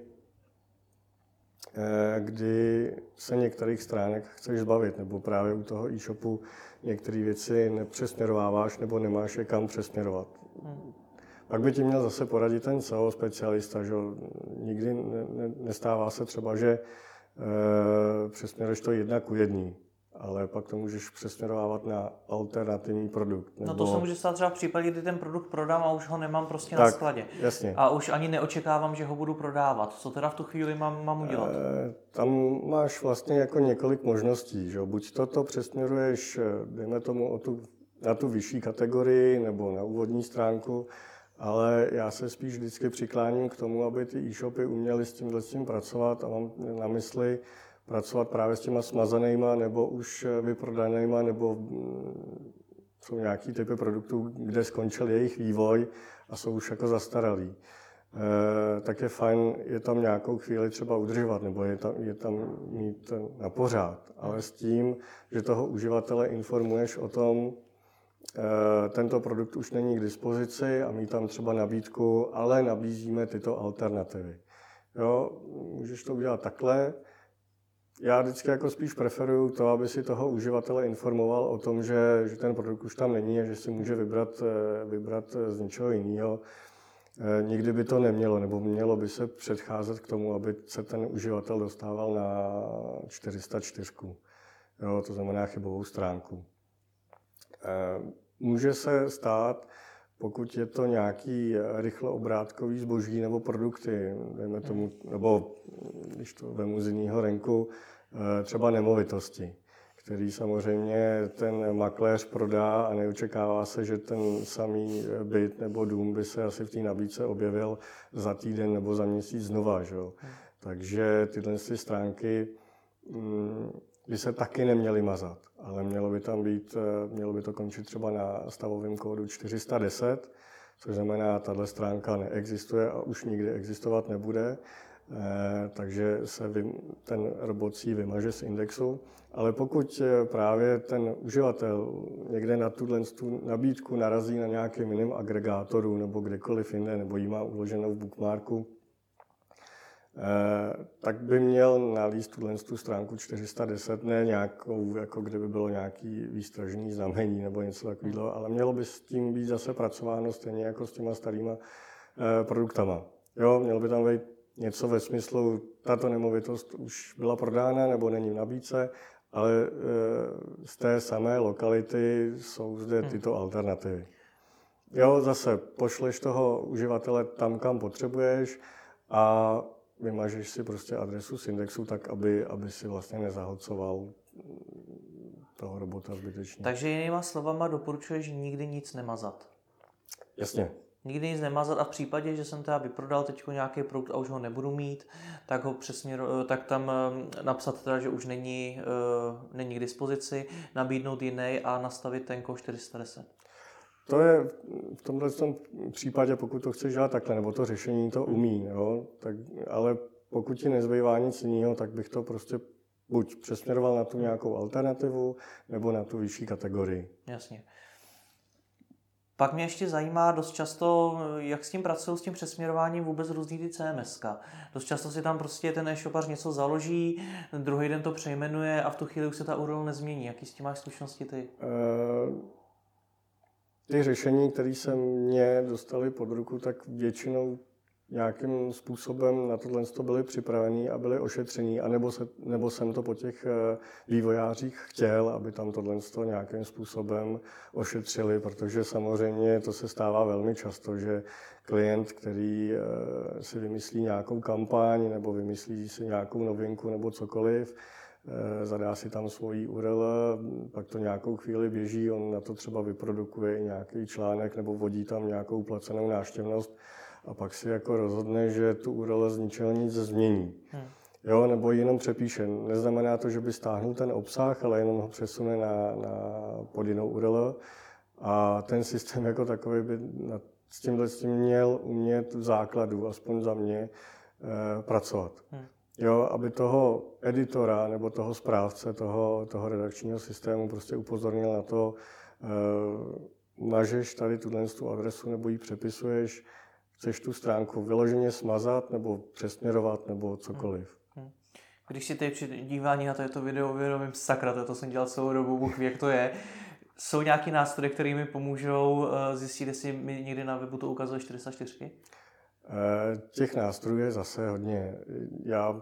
kdy se některých stránek chceš zbavit, nebo právě u toho e-shopu některé věci nepřesměrováváš nebo nemáš je kam přesměrovat. Pak by ti měl zase poradit ten SEO specialista, že nikdy nestává se třeba, že přesměruješ to 1:1, ale pak to můžeš přesměrovávat na alternativní produkt. No to se může stát třeba v případě, kdy ten produkt prodám a už ho nemám prostě na skladě. Jasně. A už ani neočekávám, že ho budu prodávat. Co teda v tu chvíli mám udělat? Tam máš vlastně jako několik možností. Že? Buď to přesměruješ, dejme tomu, na tu vyšší kategorii nebo na úvodní stránku, ale já se spíš vždycky přikláním k tomu, aby ty e-shopy uměly s tím pracovat a mám na mysli pracovat právě s těma smazanýma nebo už vyprodanýma, nebo jsou nějaký typy produktů, kde skončil jejich vývoj a jsou už jako zastaralý. Tak je fajn je tam nějakou chvíli třeba udržovat nebo je tam mít na pořád, ale s tím, že toho uživatele informuješ o tom, tento produkt už není k dispozici a mít tam třeba nabídku, ale nabízíme tyto alternativy. Jo, můžeš to udělat takhle. Já vždycky jako spíš preferuju to, aby si toho uživatele informoval o tom, že ten produkt už tam není a že si může vybrat z něčeho jiného. Nikdy by to nemělo, nebo mělo by se předcházet k tomu, aby se ten uživatel dostával na 404. Jo, to znamená chybovou stránku. Může se stát, pokud je to nějaký rychloobrátkový zboží nebo produkty, dejme tomu, nebo když to vemu z jiného ranku, třeba nemovitosti, který samozřejmě ten makléř prodá a neočekává se, že ten samý byt nebo dům by se asi v té nabídce objevil za týden nebo za měsíc znova. Že? Takže tyhle stránky by se taky neměly mazat, ale mělo by to končit třeba na stavovém kódu 410, což znamená, že tato stránka neexistuje a už nikdy existovat nebude, takže se ten robot si vymaže z indexu. Ale pokud právě ten uživatel někde na tu nabídku narazí na nějakým jiným agregátoru nebo kdekoliv jinde, nebo ji má uloženou v bookmarku, tak by měl nalíst tu stránku 410, ne nějakou, jako kdyby bylo nějaký výstražný znamení nebo něco takového, ale mělo by s tím být zase pracováno stejně jako s těma starýma produktama. Jo, mělo by tam být něco ve smyslu, tato nemovitost už byla prodána nebo není v nabídce, ale z té samé lokality jsou zde tyto alternativy. Jo, zase pošleš toho uživatele tam, kam potřebuješ a vymažeš si prostě adresu z indexu tak, aby si vlastně nezahlcoval toho robota zbytečně. Takže jinýma slovama doporučuješ nikdy nic nemazat? Jasně. Nikdy nic nemazat a v případě, že jsem teda vyprodal teď nějaký produkt a už ho nebudu mít, tak ho přesně, tak tam napsat teda, že už není k dispozici, nabídnout jiný a nastavit ten kód 410. To je v tomhle případě, pokud to chceš dělat takhle, nebo to řešení to umí, jo, tak, ale pokud ti nezbývá nic jiného, tak bych to prostě buď přesměroval na tu nějakou alternativu, nebo na tu vyšší kategorii. Jasně. Pak mě ještě zajímá dost často, jak s tím pracují, s tím přesměrováním vůbec různý ty CMS-ka. Dost často si tam prostě ten e-shopař něco založí, druhý den to přejmenuje a v tu chvíli už se ta URL nezmění. Jaký s tím máš zkušenosti ty? Ty řešení, které se mě dostaly pod ruku, tak většinou nějakým způsobem na tohle byly připravený a byly ošetřený, nebo jsem to po těch vývojářích chtěl, aby tam tohle nějakým způsobem ošetřili, protože samozřejmě to se stává velmi často, že klient, který si vymyslí nějakou kampaň nebo vymyslí si nějakou novinku nebo cokoliv, zadá si tam svoji URL, pak to nějakou chvíli běží, on na to třeba vyprodukuje nějaký článek nebo vodí tam nějakou placenou návštěvnost a pak si jako rozhodne, že tu URL z ničeho nic změní. Jo, nebo jenom přepíše. Neznamená to, že by stáhnul ten obsah, ale jenom ho přesune pod jinou URL a ten systém jako takový by s tímhle měl umět v základu, aspoň za mě, pracovat. Jo, aby toho editora nebo toho správce toho redakčního systému prostě upozornil na to, mažeš tady tu adresu nebo ji přepisuješ, chceš tu stránku vyloženě smazat nebo přesměrovat nebo cokoliv. Když si teď při dívání na toto video uvědomím, sakra, to jsem dělal celou dobu, Bůh ví, jak to je. Jsou nějaké nástroje, které mi pomůžou zjistit, jestli mi někdy na webu to ukazuje 404? Těch nástrojů je zase hodně. Já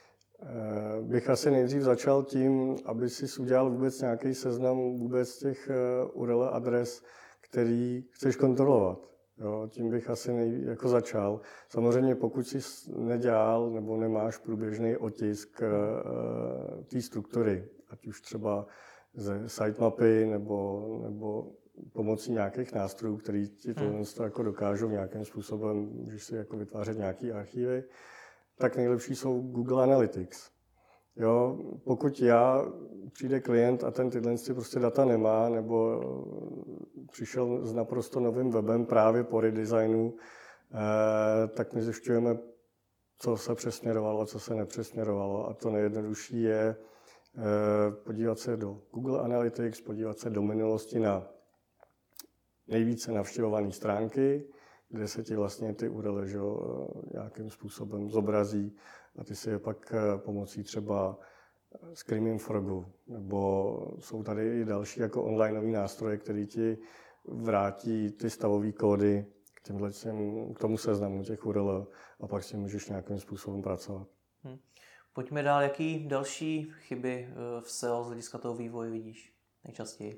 bych asi nejdřív začal tím, aby si udělal vůbec nějaký seznam vůbec těch URL adres, který chceš kontrolovat. Jo, tím bych asi jako začal. Samozřejmě pokud jsi nedělal nebo nemáš průběžný otisk té struktury, ať už třeba ze sitemapy nebo pomocí nějakých nástrojů, který ti to jako dokážou nějakým způsobem, můžeš si jako vytvářet nějaké archivy, tak nejlepší jsou Google Analytics. Jo, pokud přijde klient a ten tyhle prostě data nemá, nebo přišel s naprosto novým webem právě po redesignu, tak my zjišťujeme, co se přesměrovalo, co se nepřesměrovalo. A to nejjednodušší je podívat se do Google Analytics, podívat se do minulosti na nejvíce navštěvované stránky, kde se ti vlastně ty URL nějakým způsobem zobrazí a ty si je pak pomocí třeba Screaming Frogu, nebo jsou tady i další jako onlineové nástroje, které ti vrátí ty stavové kódy k tomu seznamu těch URL a pak si můžeš nějakým způsobem pracovat. Pojďme dál. Jaký další chyby v SEO z hlediska toho vývoje vidíš nejčastěji?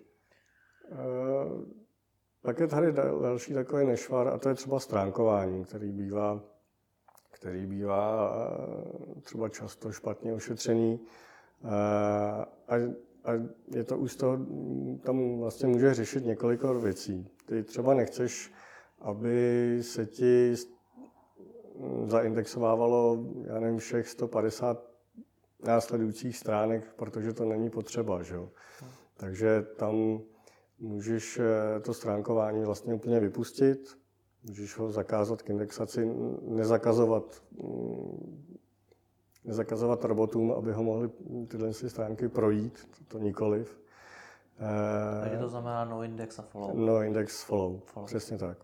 Tak je tady další takový nešvar a to je třeba stránkování, který bývá třeba často špatně ošetřený a je to už toho, tam vlastně může řešit několik věcí. Ty třeba nechceš, aby se ti zaindexovávalo, já nevím, všech 150 následujících stránek, protože to není potřeba. Že jo? Takže tam můžeš to stránkování vlastně úplně vypustit, můžeš ho zakázat k indexaci, nezakazovat robotům, aby ho mohli tyhle stránky projít, to nikoliv. Takže to znamená no index a follow. No index follow. Přesně tak.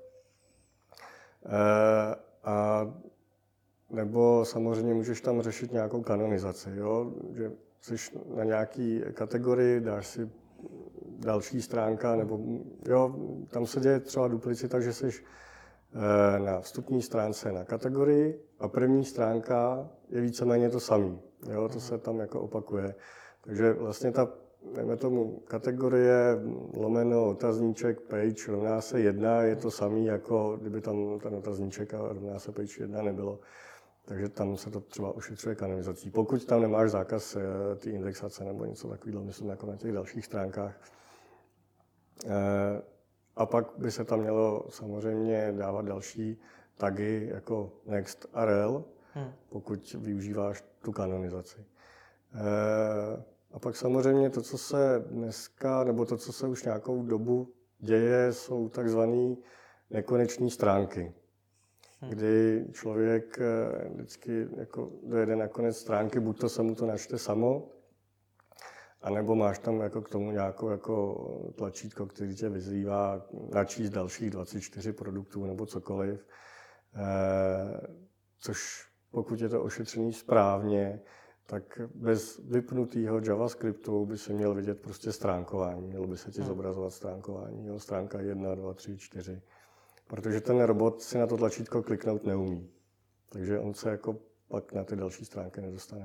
A nebo samozřejmě můžeš tam řešit nějakou kanonizaci, jo? Že jsi na nějaký kategorii, dáš si další stránka, nebo jo, tam se děje třeba duplicita, že jsi na vstupní stránce na kategorii a první stránka je víceméně to samý. Jo? To se tam jako opakuje. Takže vlastně ta, dejme tomu, kategorie lomeno otazníček page rovná se 1, je to samý, jako kdyby tam ten otazníček a rovná se page 1 nebylo. Takže tam se to třeba ošetřuje kanonizací. Pokud tam nemáš zákaz té indexace nebo něco takového, myslím, jako na těch dalších stránkách. A pak by se tam mělo samozřejmě dávat další tagy jako next a rel, pokud využíváš tu kanonizaci. A pak samozřejmě to, co se dneska, nebo to, co se už nějakou dobu děje, jsou takzvané nekoneční stránky, kdy člověk vždycky jako dojede na konec stránky, buď to se mu to načte samo, anebo máš tam jako k tomu nějakou jako tlačítko, který tě vyzývá načíst dalších 24 produktů nebo cokoliv. Což pokud je to ošetřený správně, tak bez vypnutého JavaScriptu by se měl vidět prostě stránkování. Mělo by se ti zobrazovat stránkování. Jo? Stránka 1, 2, 3, 4. Protože ten robot si na to tlačítko kliknout neumí. Takže on se jako pak na ty další stránky nedostane.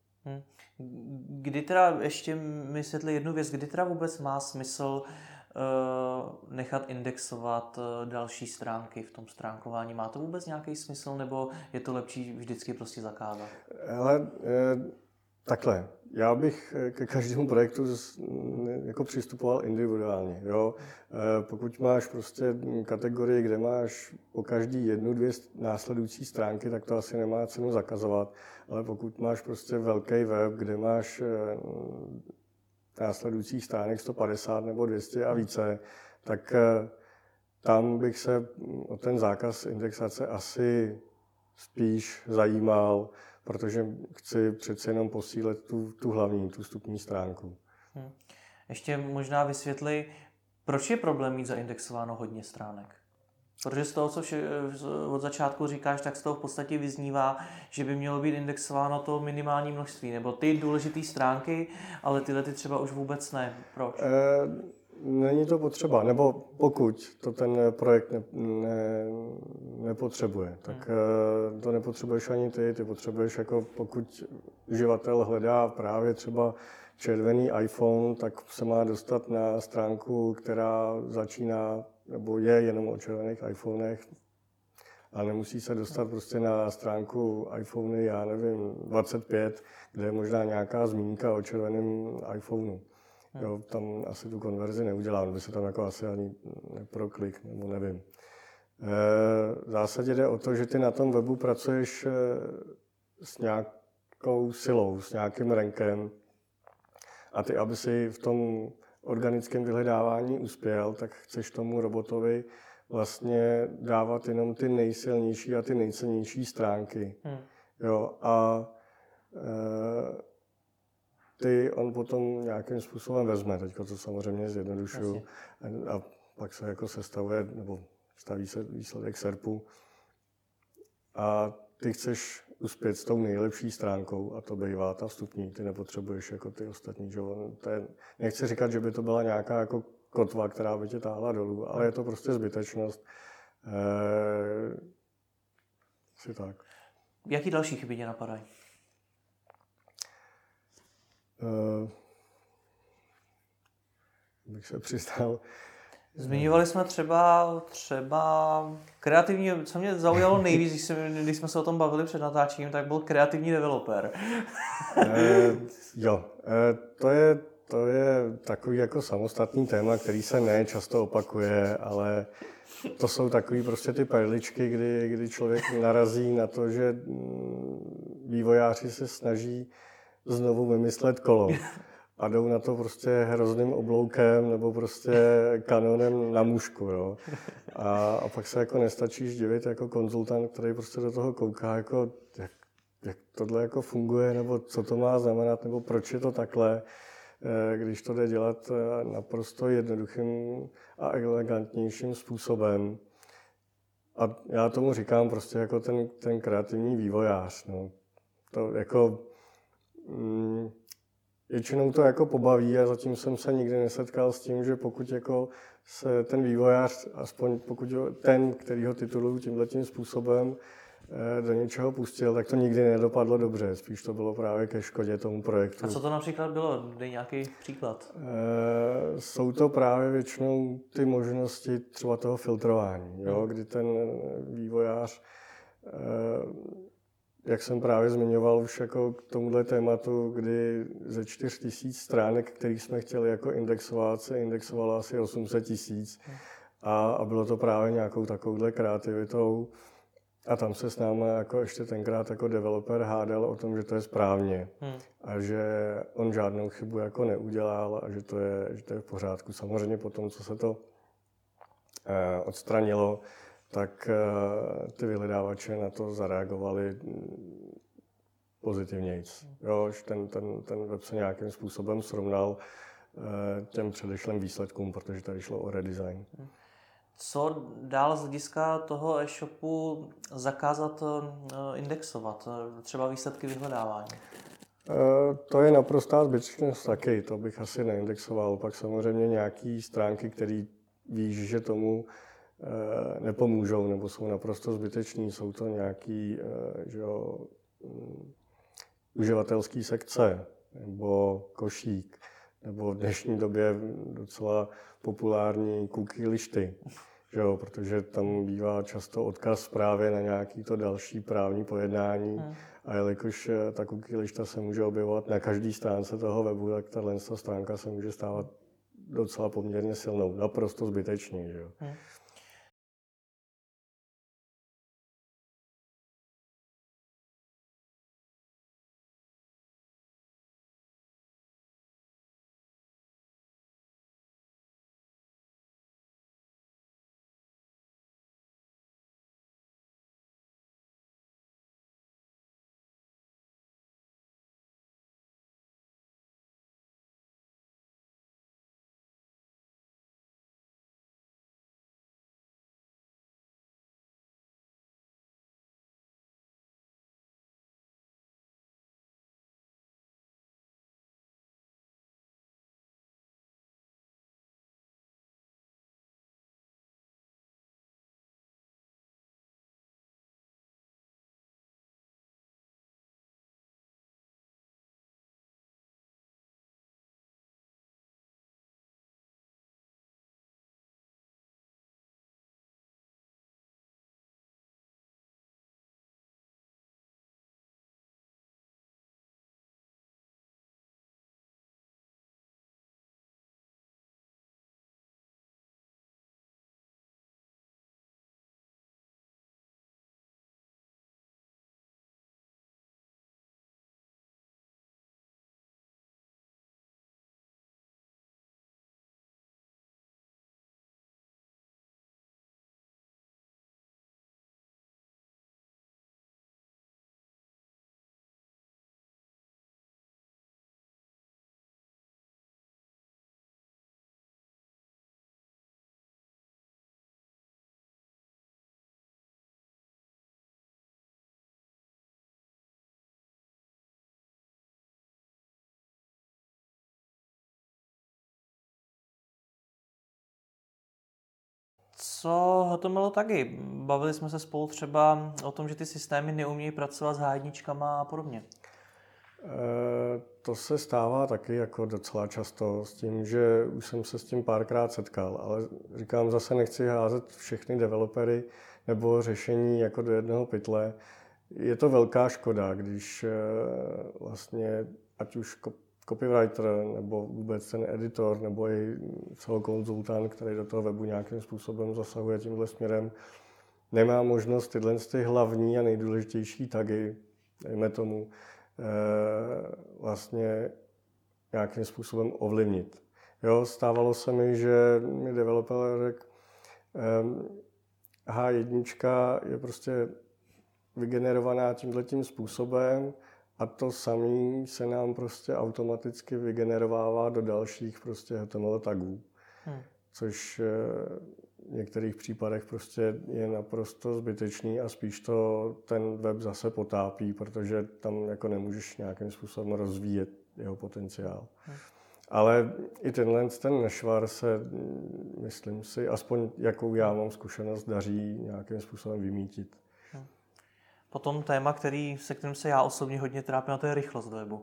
Kdy teda, ještě mi vysvětli jednu věc, kdy teda vůbec má smysl nechat indexovat další stránky v tom stránkování? Má to vůbec nějaký smysl, nebo je to lepší vždycky prostě zakázat? Ale takhle, já bych ke každému projektu jako přistupoval individuálně. Jo? Pokud máš prostě kategorii, kde máš po každý 1-2 následující stránky, tak to asi nemá cenu zakazovat. Ale pokud máš prostě velký web, kde máš následujících stránek 150 nebo 200 a více, tak tam bych se o ten zákaz indexace asi spíš zajímal, protože chci přece jenom posílit tu hlavní, tu vstupní stránku. Ještě možná vysvětli, proč je problém mít zaindexováno hodně stránek? Protože z toho, co od začátku říkáš, tak z toho v podstatě vyznívá, že by mělo být indexováno to minimální množství, nebo ty důležité stránky, ale tyhle ty třeba už vůbec ne. Proč? Není to potřeba, nebo pokud to ten projekt nepotřebuje, tak to nepotřebuješ ani ty potřebuješ, jako pokud uživatel hledá právě třeba červený iPhone, tak se má dostat na stránku, která začíná, nebo je jenom o červených iPhonech, a nemusí se dostat prostě na stránku iPhony, já nevím, 25, kde je možná nějaká zmínka o červeném iPhoneu. Jo, tam asi tu konverzi neudělá, on by se tam jako asi ani neproklik, nebo nevím. V zásadě jde o to, že ty na tom webu pracuješ s nějakou silou, s nějakým rankem, a ty, aby si v tom organickém vyhledávání uspěl, tak chceš tomu robotovi vlastně dávat jenom ty nejsilnější a ty nejcennější stránky. Jo, a ty on potom nějakým způsobem vezme, teďko to samozřejmě zjednodušuju, a pak se jako sestavuje, nebo staví se výsledek SERPu. A ty chceš uspět s tou nejlepší stránkou, a to bývá ta vstupní, ty nepotřebuješ jako ty ostatní. Že? Nechci říkat, že by to byla nějaká jako kotva, která by tě táhla dolů, ale je to prostě zbytečnost. Asi tak. Jaký další chyby tě napadají? Bych se přiznal. Zmiňovali jsme třeba kreativní, co mě zaujalo nejvíc, když jsme se o tom bavili před natáčením, tak byl kreativní developer. To je takový jako samostatný téma, který se ne často opakuje, ale to jsou takový prostě ty perličky, kdy člověk narazí na to, že vývojáři se snaží znovu vymyslet kolo. A jdou na to prostě hrozným obloukem nebo prostě kanonem na mušku. Jo. A pak se jako nestačíš divit jako konzultant, který prostě do toho kouká, jako, jak tohle jako funguje, nebo co to má znamenat, nebo proč je to takhle, když to jde dělat naprosto jednoduchým a elegantnějším způsobem. A já tomu říkám prostě jako ten kreativní vývojář. No. To jako... Většinou to jako pobaví a zatím jsem se nikdy nesetkal s tím, že pokud jako se ten vývojář, aspoň pokud ten, který ho titulují tímhletím způsobem, do něčeho pustil, tak to nikdy nedopadlo dobře. Spíš to bylo právě ke škodě tomu projektu. A co to například bylo? Dej nějaký příklad. Jsou to právě většinou ty možnosti třeba toho filtrování, jo? Kdy ten vývojář, jak jsem právě zmiňoval už jako k tomuhle tématu, kdy ze 4000 stránek, kterých jsme chtěli jako indexovat, se indexovalo asi 800 000 a bylo to právě nějakou takovouhle kreativitou. A tam se s námi jako ještě tenkrát jako developer hádal o tom, že to je správně a že on žádnou chybu jako neudělal a že to je v pořádku. Samozřejmě potom, co se to odstranilo, tak ty vyhledávače na to zareagovali pozitivnějc. Jo, ten web se nějakým způsobem srovnal těm předešlým výsledkům, protože tady šlo o redesign. Co dál z hlediska toho e-shopu zakázat indexovat? Třeba výsledky vyhledávání? To je naprostá zbytečnost taky, to bych asi neindexoval. Pak samozřejmě nějaké stránky, které víš, že tomu nepomůžou nebo jsou naprosto zbyteční. Jsou to nějaké uživatelské sekce nebo košík, nebo v dnešní době docela populární cookie listy, že jo, protože tam bývá často odkaz právě na nějaké to další právní pojednání. A jelikož ta cookie lista se může objevovat na každé stránce toho webu, tak tahle stránka se může stávat docela poměrně silnou, naprosto zbytečně. Že jo. Co HTML tagy? Bavili jsme se spolu třeba o tom, že ty systémy neumějí pracovat s H1 a podobně. To se stává taky jako docela často s tím, že už jsem se s tím párkrát setkal, ale říkám, zase nechci házet všechny developery nebo řešení jako do jednoho pytle. Je to velká škoda, když vlastně ať už copywriter nebo vůbec ten editor nebo i celokonzultant, který do toho webu nějakým způsobem zasahuje tímhle směrem, nemá možnost tyhle hlavní a nejdůležitější tagy, dejme tomu, vlastně nějakým způsobem ovlivnit. Jo, stávalo se mi, že mi developer řekl, H1 je prostě vygenerovaná tímhletím způsobem a to samé se nám prostě automaticky vygenerovává do dalších prostě HTML tagů. Což v některých případech prostě je naprosto zbytečný a spíš to ten web zase potápí, protože tam jako nemůžeš nějakým způsobem rozvíjet jeho potenciál. Ale i ten nešvar se, myslím si, aspoň jakou já mám zkušenost, daří nějakým způsobem vymítit. Potom téma, se kterým se já osobně hodně trápím, a to je rychlost webu.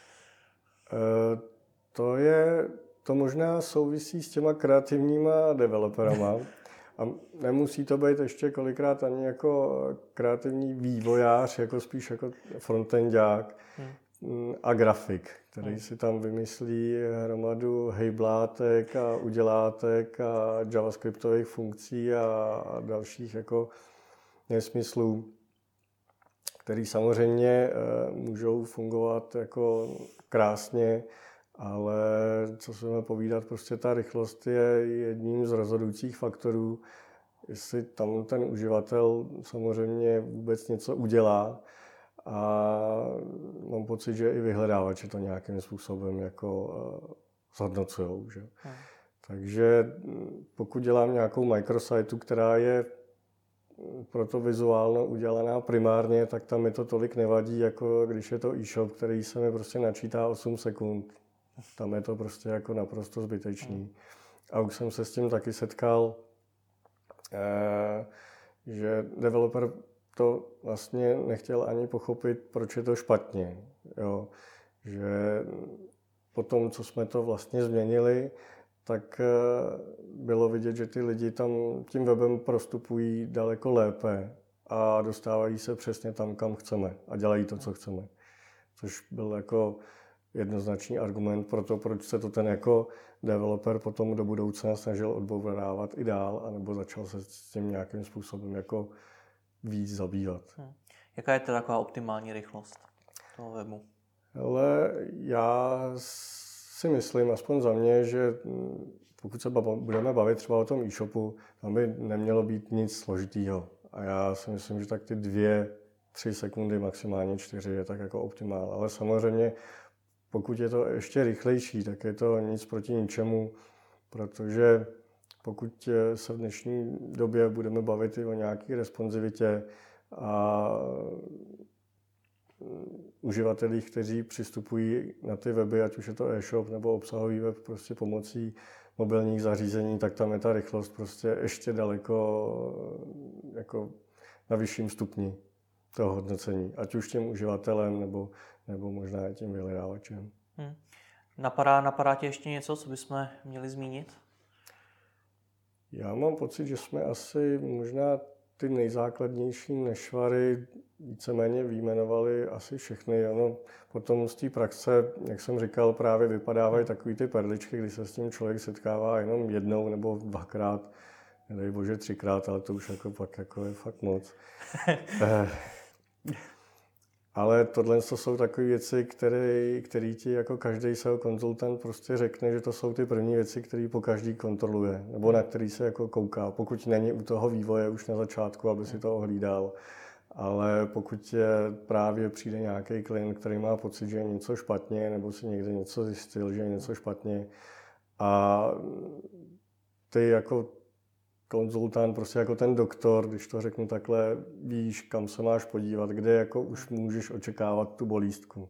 To možná souvisí s těma kreativníma developerama. A nemusí to být ještě kolikrát ani jako kreativní vývojář, jako spíš jako frontendák a grafik, který si tam vymyslí hromadu hejblátek a udělátek a javascriptových funkcí a dalších jako nesmyslů, který samozřejmě můžou fungovat jako krásně, ale co se budeme povídat, prostě ta rychlost je jedním z rozhodujících faktorů, jestli tam ten uživatel samozřejmě vůbec něco udělá, a mám pocit, že i vyhledávači to nějakým způsobem jako zhodnocujou. Že? Takže pokud dělám nějakou micrositeu, která je pro to vizuálno udělaná primárně, tak tam mi to tolik nevadí, jako když je to e-shop, který se mi prostě načítá 8 sekund. Tam je to prostě jako naprosto zbytečný. A už jsem se s tím taky setkal, že developer to vlastně nechtěl ani pochopit, proč je to špatně. Jo. Že po tom, co jsme to vlastně změnili, tak bylo vidět, že ty lidi tam tím webem prostupují daleko lépe a dostávají se přesně tam, kam chceme a dělají to, co chceme. Což byl jako jednoznačný argument pro to, proč se to ten jako developer potom do budoucna snažil odbourávat i dál, anebo začal se s tím nějakým způsobem jako víc zabývat. Jaká je teda taková optimální rychlost toho webu? Ale já si myslím, aspoň za mě, že pokud se budeme bavit třeba o tom e-shopu, tam by nemělo být nic složitýho. A já si myslím, že tak ty 2-3 sekundy, maximálně 4 je tak jako optimál. Ale samozřejmě, pokud je to ještě rychlejší, tak je to nic proti ničemu, protože pokud se v dnešní době budeme bavit i o nějaké responsivitě a uživatelích, kteří přistupují na ty weby, ať už je to e-shop nebo obsahový web prostě pomocí mobilních zařízení, tak tam je ta rychlost prostě ještě daleko jako na vyšším stupni toho hodnocení, ať už tím uživatelem nebo možná i tím vyhledávačem. Napadá tě ještě něco, co bychom měli zmínit? Já mám pocit, že jsme asi možná ty nejzákladnější nešvary víceméně vyjmenovali asi všechny. Ono potom z té praxe, jak jsem říkal, právě vypadávají takový ty perličky, kdy se s tím člověk setkává jenom jednou nebo dvakrát, nedej bože 3krát, ale to už jako pak jako je fakt moc. Ale tohle jsou takové věci, které ti jako každý SEO konzultant prostě řekne, že to jsou ty první věci, které po každý kontroluje, nebo na který se jako kouká, pokud není u toho vývoje už na začátku, aby si to ohlídal. Ale pokud právě přijde nějaký klient, který má pocit, že je něco špatně, nebo si někde něco zjistil, že je něco špatně, a ty jako konzultant, prostě jako ten doktor, když to řeknu takhle, víš, kam se máš podívat, kde jako už můžeš očekávat tu bolístku.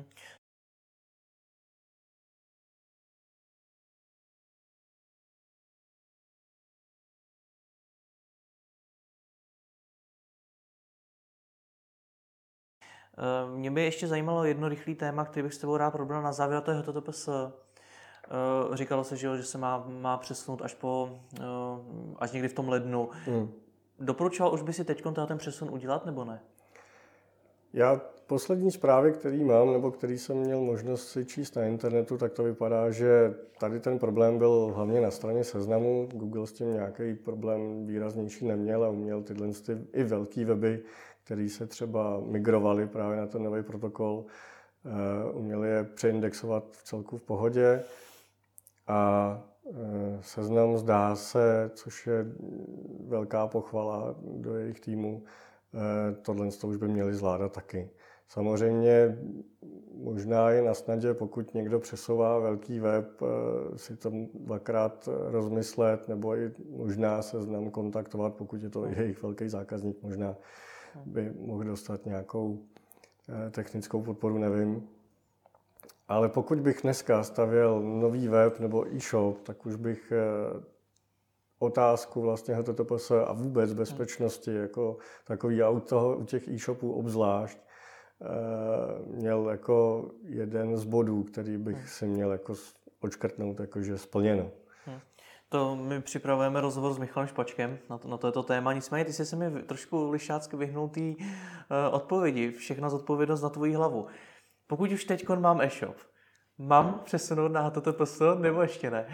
Mě by ještě zajímalo jedno rychlé téma, který bych s tebou rád probral na závěr, a to je HTTPS. Říkalo se, že se má přesunout až někdy v tom lednu. Doporučoval už by si teď ten přesun udělat, nebo ne? Já poslední zprávy, který mám, nebo který jsem měl možnost si číst na internetu, tak to vypadá, že tady ten problém byl hlavně na straně Seznamu. Google s tím nějaký problém výraznější neměl a uměl tyhle i velký weby, který se třeba migrovali právě na ten nový protokol, uměli je přeindexovat v celku v pohodě a Seznam zdá se, což je velká pochvala do jejich týmu, tohle už by měli zvládat taky. Samozřejmě možná je na snadě, pokud někdo přesouvá velký web, si to dvakrát rozmyslet, nebo i možná Seznam kontaktovat, pokud je to jejich velký zákazník, možná by mohl dostat nějakou technickou podporu, nevím. Ale pokud bych dneska stavěl nový web nebo e-shop, tak už bych otázku vlastně HTTPS a vůbec bezpečnosti jako takový a u těch e-shopů obzvlášť měl jako jeden z bodů, který bych si měl jako odškrtnout, jakože splněno. To my připravujeme rozhovor s Michalem Špačkem na toto téma. Nicméně ty jsi se mi trošku lišácky vyhnul té odpovědi. Všechna zodpovědnost na tvoji hlavu. Pokud už teď mám e-shop, mám přesunout na HTTPS nebo ještě ne?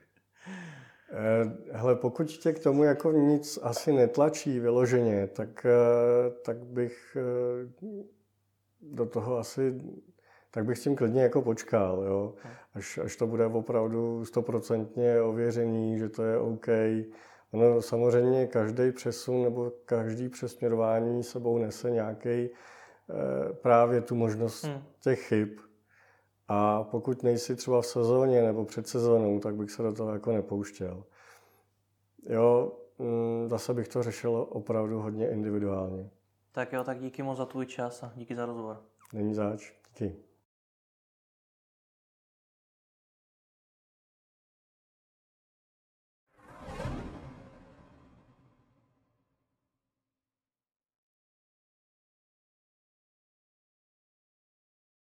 Hele, pokud tě k tomu jako nic asi netlačí vyloženě, tak bych do toho asi, tak bych s tím klidně jako počkal, jo? Až to bude opravdu 100% ověřený, že to je OK. Ono samozřejmě každý přesun nebo každý přesměrování sebou nese nějaký právě tu možnost těch chyb. A pokud nejsi třeba v sezóně nebo před sezónou, tak bych se do toho jako nepouštěl. Jo, zase bych to řešil opravdu hodně individuálně. Tak jo, tak díky moc za tvůj čas a díky za rozhovor. Není zač, díky.